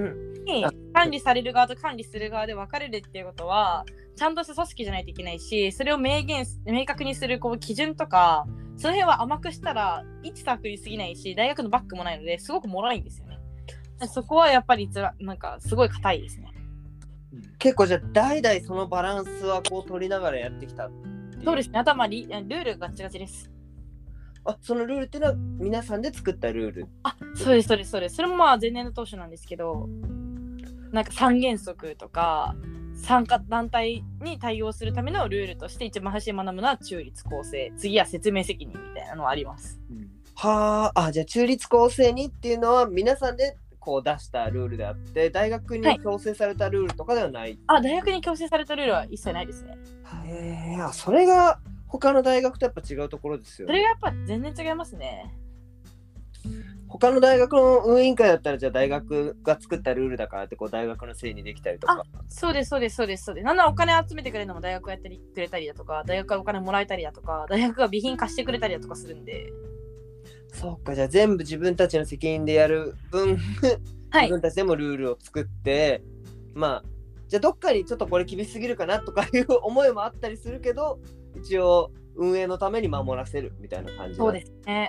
に管理される側と管理する側で分かれるっていうことはちゃんとした組織じゃないといけないし、それを明言明確にするこう基準とかその辺は甘くしたら一サークルに過ぎないし、大学のバックもないのですごく脆いんですよね。そこはやっぱりつらなんかすごい硬いですね。 結構じゃあ代々そのバランスはこう取りながらやってきたっていう。 そうですね。あとはまあリルールがガチガチです。 あ、そのルールっていうのは皆さんで作ったルール？ あ、そうですそうですそうです。それもまあ前年の当初なんですけど、なんか三原則とか参加団体に対応するためのルールとして一番初めに学ぶのは中立公正、次は説明責任みたいなのはあります。 うん、はあ、あ、じゃあ中立公正にっていうのは皆さんでこう出したルールであって、大学に強制されたルールとかではない？ はい、あ、大学に強制されたルールは一切ないですね。 へえ、それが他の大学とやっぱ違うところですよね。 それがやっぱ全然違いますね。 他の大学の運営委員会だったら、じゃあ大学が作ったルールだからってこう大学のせいにできたりとか。 あ、そうですそうですそうですそうです。なんならお金集めてくれるのも大学がやってくれたりだとか、大学がお金もらえたりだとか、大学が備品貸してくれたりだとかするんで。 そうか、じゃあ全部自分たちの責任でやる分、はい、自分たちでもルールを作って、まあじゃあどっかにちょっとこれ厳しすぎるかなとかいう思いもあったりするけど、一応運営のために守らせるみたいな感じ。 そうですね。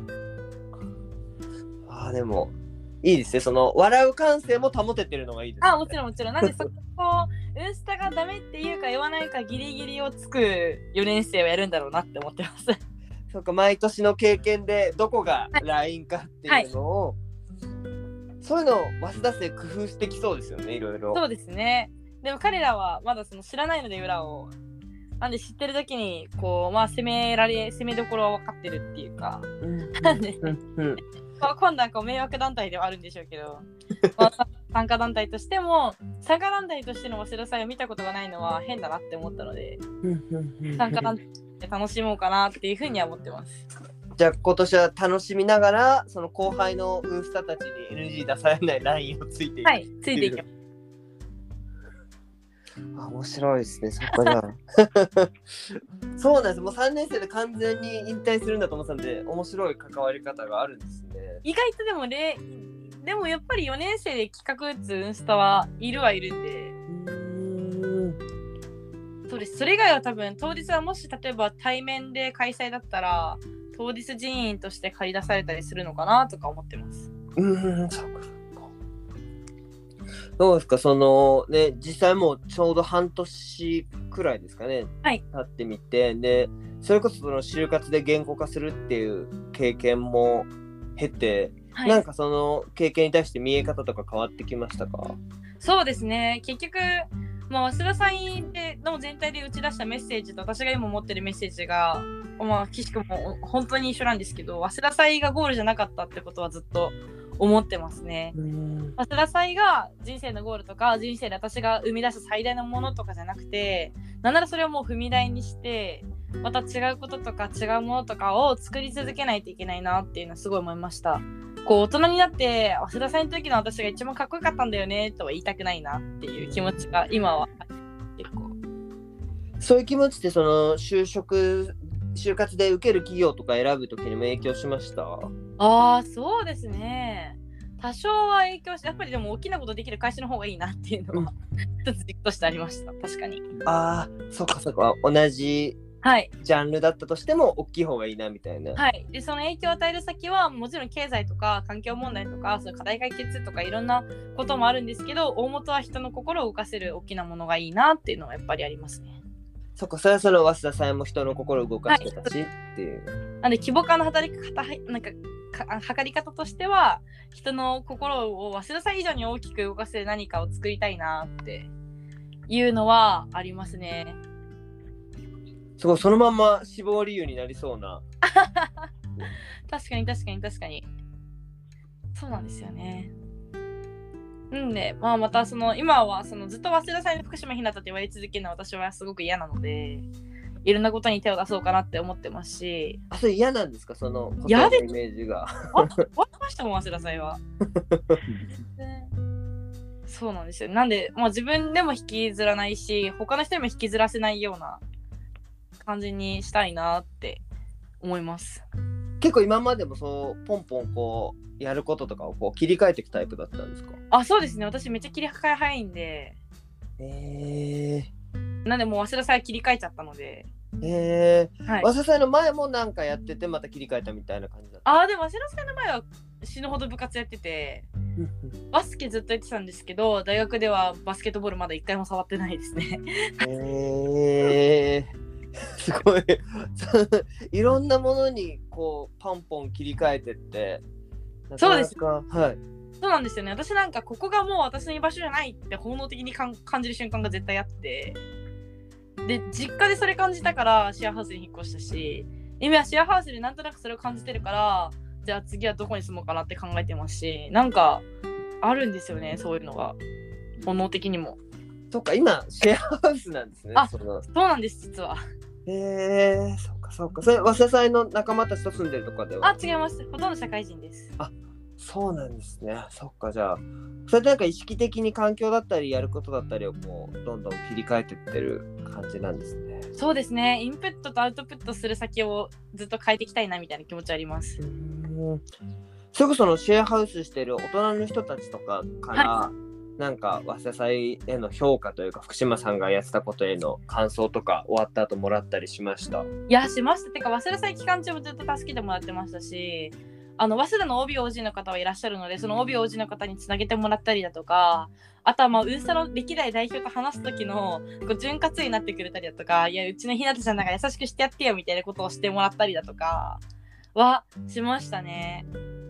あ、でもいいですね。その笑う感性も保ててるのがいいですね。 あ、もちろんもちろん。なんでそこウンスタがダメっていうか言わないかギリギリをつくよねん生はやるんだろうなって思ってます。 そうか、毎年の経験でどこがラインかっていうのを、はいはい、そういうのを早稲田生工夫してきそうですよね、いろいろ。 そうですね。でも彼らはまだその知らないので裏を。なんで知ってる時にこうまあ攻められ攻めどころは分かってるっていうか、うん、なんで、うんうん、今度はこう迷惑団体ではあるんでしょうけど、まあ、参加団体としても参加団体としての早稲田祭を見たことがないのは変だなって思ったので、参加団体で楽しもうかなっていうふうには思ってます。 じゃあ今年は楽しみながらその後輩のウースタたちに エヌジー 出されないラインをついていく。 はい、ついていきます。 あ、面白いですね。そっか、じゃあそうなんです。もうさんねん生で完全に引退するんだと思ってたんで、面白い関わり方があるんですね。 意外とでもね、でもやっぱりよねん生で企画打つウンスタはいるはいるんで、うーん、そうです。それ以外は多分当日はもし例えば対面で開催だったら当日人員として借り出されたりするのかなとか思ってます。 うーん、そうか。どうですか、そのね、実際もうちょうど半年くらいですかね、 はい、 経ってみて、でそれこそその就活で言語化するっていう経験も経て、はい、なんかその経験に対して見え方とか変わってきましたか？ そうですね、結局、まあ、早稲田祭での全体で打ち出したメッセージと私が今持ってるメッセージが、まあ、岸君も本当に一緒なんですけど、早稲田祭がゴールじゃなかったってことはずっと思ってますね。早稲田祭が人生のゴールとか人生で私が生み出した最大のものとかじゃなくて、なんならそれをもう踏み台にしてまた違うこととか違うものとかを作り続けないといけないなっていうのはすごい思いました。こう大人になって早稲田祭の時の私が一番かっこよかったんだよねとは言いたくないなっていう気持ちが今は結構。 そういう気持ちってその就職就活で受ける企業とか選ぶときにも影響しました？ ああ、そうですね。多少は影響して、やっぱりでも大きなことできる会社の方がいいなっていうのは、うん、一つ軸としてありました。確かに。 ああ、そうかそうか。同じジャンルだったとしても大きい方がいいなみたいな。 はい。で、その影響を与える先はもちろん経済とか環境問題とか、その課題解決とかいろんなこともあるんですけど、大元は人の心を動かせる大きなものがいいなっていうのはやっぱりありますね。 そっか、それはその早稲田さんも人の心を動かしてたし、はい、っていう。 なんで規模感の働き方、なんか測り方としては人の心を早稲田さん以上に大きく動かせる何かを作りたいなっていうのはありますね。 すごい、そのまんま志望理由になりそうな。 確かに確かに確かにそうなんですよね。うんで、まあ、またその今はそのずっと早稲田祭の福島ひなたって言われ続けるのは私はすごく嫌なので、いろんなことに手を出そうかなって思ってますし。 あ、それ嫌なんですか、その嫌でイメージが。 あ、終わりましたもん、早稲田祭は。そうなんですよ。なんで、まあ、自分でも引きずらないし、他の人にも引きずらせないような感じにしたいなって思います。 結構今までもそうポンポンこうやることとかをこう切り替えていくタイプだったんですか？ あ、そうですね。私めっちゃ切り替え早いんで。 えー、なんでもう早稲田祭切り替えちゃったので。 えー、 はい、 早稲田祭の前もなんかやっててまた切り替えたみたいな感じだった？ あ、でも早稲田祭の前は死ぬほど部活やっててバスケずっとやってたんですけど、大学ではバスケットボールまだ一回も触ってないですね。 えーすごいいろんなものにこうパンポン切り替えてってなかなか。 そうです、 はい、 そうなんですよね。私なんかここがもう私の居場所じゃないって本能的にかん感じる瞬間が絶対あって、で実家でそれ感じたからシェアハウスに引っ越したし、今はシェアハウスでなんとなくそれを感じてるから、じゃあ次はどこに住もうかなって考えてますし、なんかあるんですよね、そういうのが本能的にも。 そっか、今シェアハウスなんですね。 あ、 そのそうなんです実は。 へえー、そっかそっか。それ早稲田祭の仲間たちと住んでるとかでは？ あ、違います。ほとんど社会人です。 あ、そうなんですね。そっか、じゃあそれでなんか意識的に環境だったりやることだったりをこうどんどん切り替えてってる感じなんですね。 そうですね。インプットとアウトプットする先をずっと変えていきたいなみたいな気持ちあります。 うーん、それこそのシェアハウスしてる大人の人たちとかから、はい、なんか早稲田祭への評価というか福島さんがやってたことへの感想とか終わった後もらったりしました？ いや、しました。てか早稲田祭期間中もずっと助けてもらってましたし、あの早稲田の オービーオージー の方はいらっしゃるので、その オービーオージー の方につなげてもらったりだとか、あとはまあウンスタの歴代代表と話す時のこう潤滑になってくれたりだとか、いやうちのひなたちゃんなんか優しくしてやってよみたいなことをしてもらったりだとかはしましたね。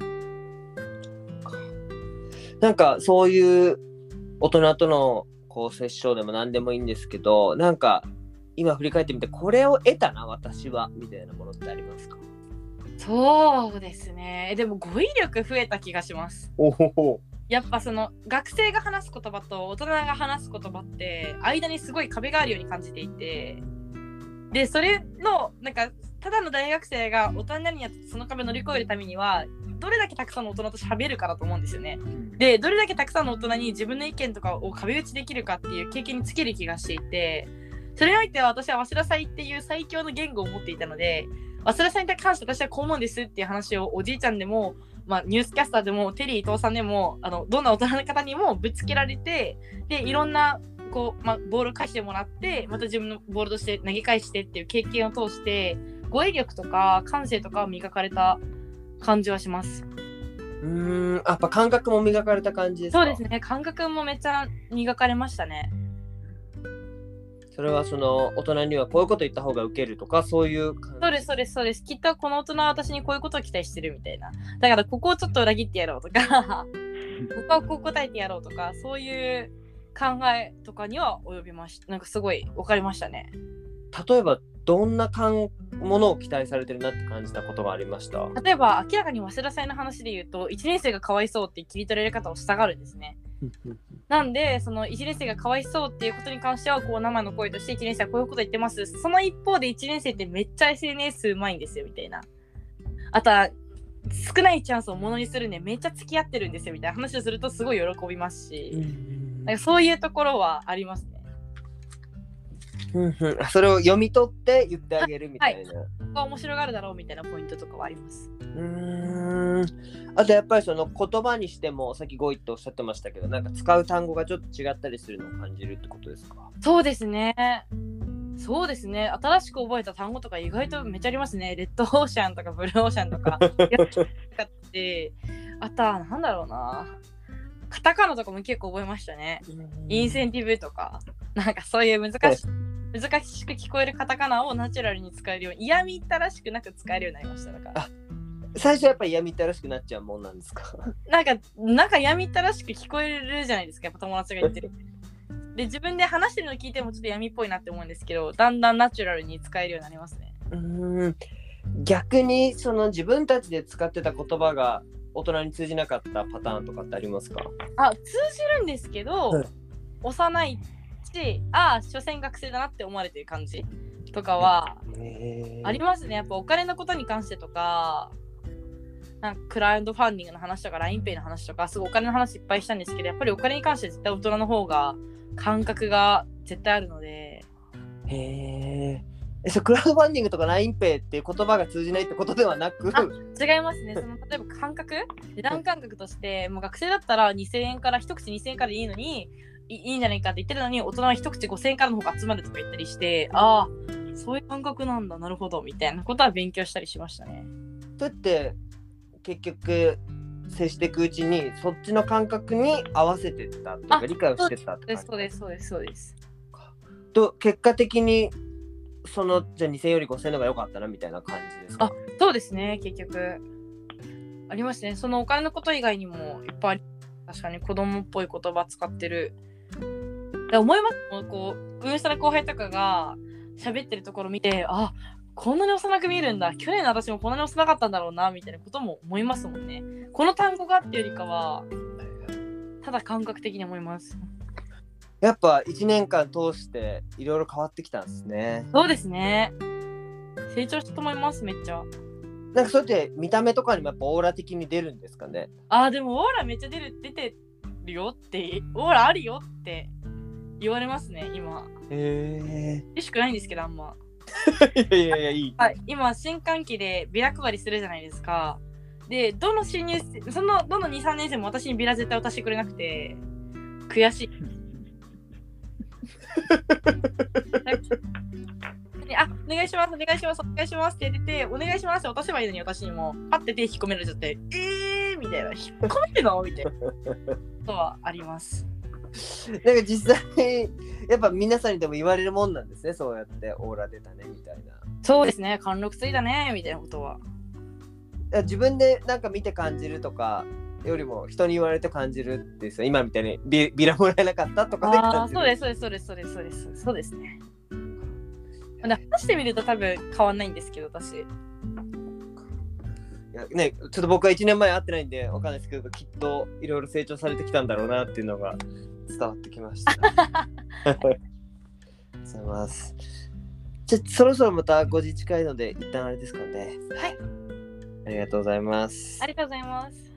なんかそういう大人とのこう接触でも何でもいいんですけど、なんか今振り返ってみてこれを得たな私はみたいなものってありますか？ そうですね。でも語彙力増えた気がします。 おほほ。 やっぱその学生が話す言葉と大人が話す言葉って間にすごい壁があるように感じていて、でそれのなんかただの大学生が大人になるにあたってその壁を乗り越えるためにはどれだけたくさんの大人と喋るかだと思うんですよね。でどれだけたくさんの大人に自分の意見とかを壁打ちできるかっていう経験につける気がしていて、それにおいては私は早稲田祭っていう最強の言語を持っていたので、早稲田祭に関して私はこう思うんですっていう話をおじいちゃんでも、まあ、ニュースキャスターでもテリー伊藤さんでもあのどんな大人の方にもぶつけられて、でいろんなこう、まあ、ボールを返してもらってまた自分のボールとして投げ返してっていう経験を通して語彙力とか感性とかを磨かれた感じはします。 うーん、やっぱ感覚も磨かれた感じですか？ そうですね、感覚もめっちゃ磨かれましたね。 それはその大人にはこういうこと言った方がウケるとかそういう感じ？ そうですそうですそうです。きっとこの大人は私にこういうことを期待してるみたいな、だからここをちょっと裏切ってやろうとかここはこう答えてやろうとか、そういう考えとかには及びました。なんかすごい分かりましたね。 例えばどんなかんものを期待されてるなって感じたことがありました？ 例えば明らかに早稲田祭の話で言うといちねん生がかわいそうって切り取られ方をしたがるんですね。なんでそのいちねん生がかわいそうっていうことに関してはこう生の声としていちねん生はこういうこと言ってます。その一方でいちねん生ってめっちゃ エスエヌエス うまいんですよみたいな、あとは少ないチャンスをものにするんでめっちゃ付き合ってるんですよみたいな話をするとすごい喜びますし、なんかそういうところはありますね。 それを読み取って言ってあげるみたいな、はい、 ここは面白がるだろうみたいなポイントとかはあります。 うーん、あとやっぱりその言葉にしてもさっき語彙っておっしゃってましたけど、なんか使う単語がちょっと違ったりするのを感じるってことですか？ そうですねそうですね新しく覚えた単語とか意外とめっちゃありますね。レッドオーシャンとかブルーオーシャンとかってあとはなんだろうな、カタカナとかも結構覚えましたね。インセンティブとかなんかそういう難しい難しく聞こえるカタカナをナチュラルに使えるように、嫌みったらしくなく使えるようになりました。だから最初やっぱり嫌みったらしくなっちゃうもんなんですか？ なんかなんか嫌みったらしく聞こえるじゃないですか、やっぱ友達が言ってるで自分で話してるの聞いてもちょっと闇っぽいなって思うんですけど、だんだんナチュラルに使えるようになりますね。 うーん、逆にその自分たちで使ってた言葉が大人に通じなかったパターンとかってありますか？ あ、通じるんですけど、うん、幼いし、ああ所詮学生だなって思われてる感じとかはありますね。やっぱお金のことに関してとか、なんかクラウドファンディングの話とか ラインペイ の話とかすごいお金の話いっぱいしたんですけど、やっぱりお金に関して絶対大人の方が感覚が絶対あるので。 へえ。 え、そうクラウドファンディングとか ラインペイ っていう言葉が通じないってことではなく、 あ、違いますね。その例えば感覚値段感覚としてもう学生だったらにせんえんから一口にせんえんからでいいのにいいいんじゃないかって言ってるのに、大人は一口ごせんえんからの方が集まるとか言ったりして、ああそういう感覚なんだ、なるほどみたいなことは勉強したりしましたね。 そうやって結局接していくうちにそっちの感覚に合わせてったとか理解をしてったって感じ。 そうですそうですそうですと結果的にそのじゃあにせんえんよりごせんえんの方が良かったなみたいな感じですか？ あ、そうですね、結局ありますね。そのお金のこと以外にもいっぱいあり、確かに子供っぽい言葉使ってる。思いますもん、こう上下の後輩とかが喋ってるところ見て、あ、こんなに幼く見えるんだ、去年の私もこんなに幼かったんだろうなみたいなことも思いますもんね。この単語がっていうよりかはただ感覚的に思います。 やっぱいちねんかん通していろいろ変わってきたんですね。 そうですね、成長したと思います。めっちゃなんかそうやって見た目とかにもやっぱオーラ的に出るんですかね？ あー、でもオーラめっちゃ出る出てるよってオーラあるよって言われますね今。 へえ。 嬉しくないんですけどあんまいやいやいやいい。 はい、今新歓期でビラ配りするじゃないですか。でどの新入生、そのどのにさんねん生も私にビラ絶対渡してくれなくて悔しい。あ、お願いしますお願いしますお願いしますって言ってて、お願いしますって渡せばいいのに、私にもパッて手引っ込められちゃって、えーみたいな、引っ込めるのみたいなことはあります。 なんか実際やっぱ皆さんにでも言われるもんなんですね、そうやってオーラ出たねみたいな。 そうですね、貫禄ついたねみたいなことは。 自分でなんか見て感じるとかよりも人に言われて感じるっていう、今みたいに ビ, ビラもらえなかったとかで感じる。 あ、そうですそうですそうですそうですそうですそうですね。話してみると多分変わんないんですけど、私。いやね、ちょっと僕はいちねんまえ会ってないんでわかんないですけど、きっといろいろ成長されてきたんだろうなっていうのが伝わってきました。ありがとうございます。じゃあそろそろまたご時近いので一旦あれですかね。 はい。 ありがとうございます。 ありがとうございます。